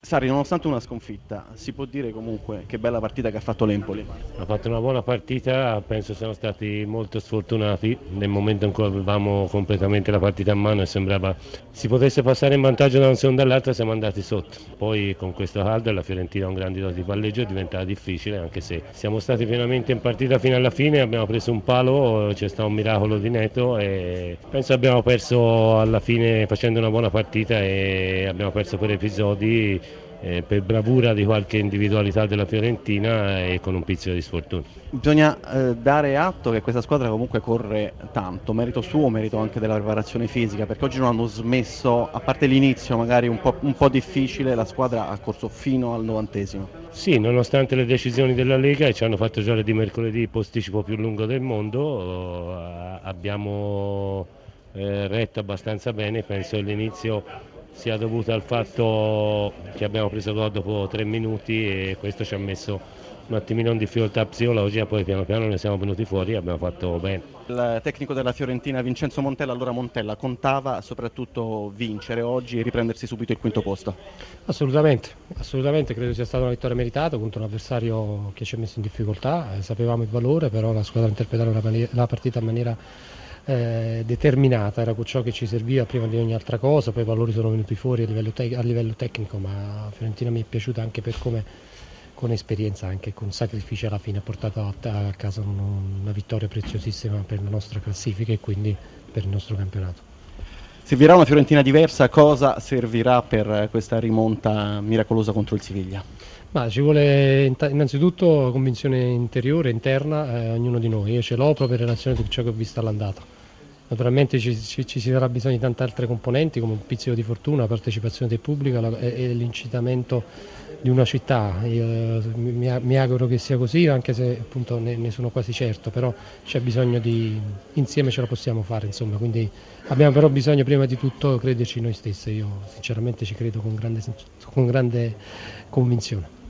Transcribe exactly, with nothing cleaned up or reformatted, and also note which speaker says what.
Speaker 1: Sarri, nonostante una sconfitta, si può dire comunque che bella partita che ha fatto l'Empoli.
Speaker 2: Ha fatto una buona partita, penso siamo stati molto sfortunati nel momento in cui avevamo completamente la partita in mano e sembrava si potesse passare in vantaggio da un secondo all'altro, siamo andati sotto. Poi con questo caldo la Fiorentina ha un grande dose di palleggio, è diventata difficile, anche se siamo stati finalmente in partita fino alla fine, abbiamo preso un palo, c'è stato un miracolo di Neto e penso abbiamo perso alla fine facendo una buona partita e abbiamo perso per episodi. Eh, per bravura di qualche individualità della Fiorentina e con un pizzico di sfortuna.
Speaker 1: Bisogna eh, dare atto che questa squadra comunque corre tanto, merito suo, merito anche della preparazione fisica, perché oggi non hanno smesso, a parte l'inizio magari un po', un po' difficile, la squadra ha corso fino al novantesimo.
Speaker 2: Sì, nonostante le decisioni della Lega e ci hanno fatto giocare di mercoledì il posticipo più lungo del mondo, eh, abbiamo eh, retto abbastanza bene, penso che l'inizio sia dovuto al fatto che abbiamo preso gol dopo tre minuti e questo ci ha messo un attimino in difficoltà psicologica, poi piano piano ne siamo venuti fuori e abbiamo fatto bene.
Speaker 1: Il tecnico della Fiorentina Vincenzo Montella, allora Montella, contava soprattutto vincere oggi e riprendersi subito il quinto posto.
Speaker 3: Assolutamente, assolutamente, credo sia stata una vittoria meritata contro un avversario che ci ha messo in difficoltà, eh, sapevamo il valore, però la squadra ha interpretato la, mani- la partita in maniera eh, determinata, era ciò che ci serviva prima di ogni altra cosa, poi i valori sono venuti fuori a livello, te- a livello tecnico, ma la Fiorentina mi è piaciuta anche per come, con esperienza, anche con sacrificio alla fine, ha portato a, a casa un- una vittoria preziosissima per la nostra classifica e quindi per il nostro campionato.
Speaker 1: Servirà una Fiorentina diversa, cosa servirà per questa rimonta miracolosa contro il Siviglia?
Speaker 3: Ma ci vuole innanzitutto convinzione interiore, interna, eh, ognuno di noi. Io ce l'ho proprio in relazione a ciò che ho visto all'andata. Naturalmente ci, ci, ci sarà bisogno di tante altre componenti come un pizzico di fortuna, la partecipazione del pubblico la, e, e l'incitamento di una città. Io, mi, mi auguro che sia così, anche se appunto ne, ne sono quasi certo, però c'è bisogno di insieme ce la possiamo fare, insomma, quindi abbiamo però bisogno prima di tutto crederci noi stessi. Io sinceramente ci credo con grande, con grande convinzione.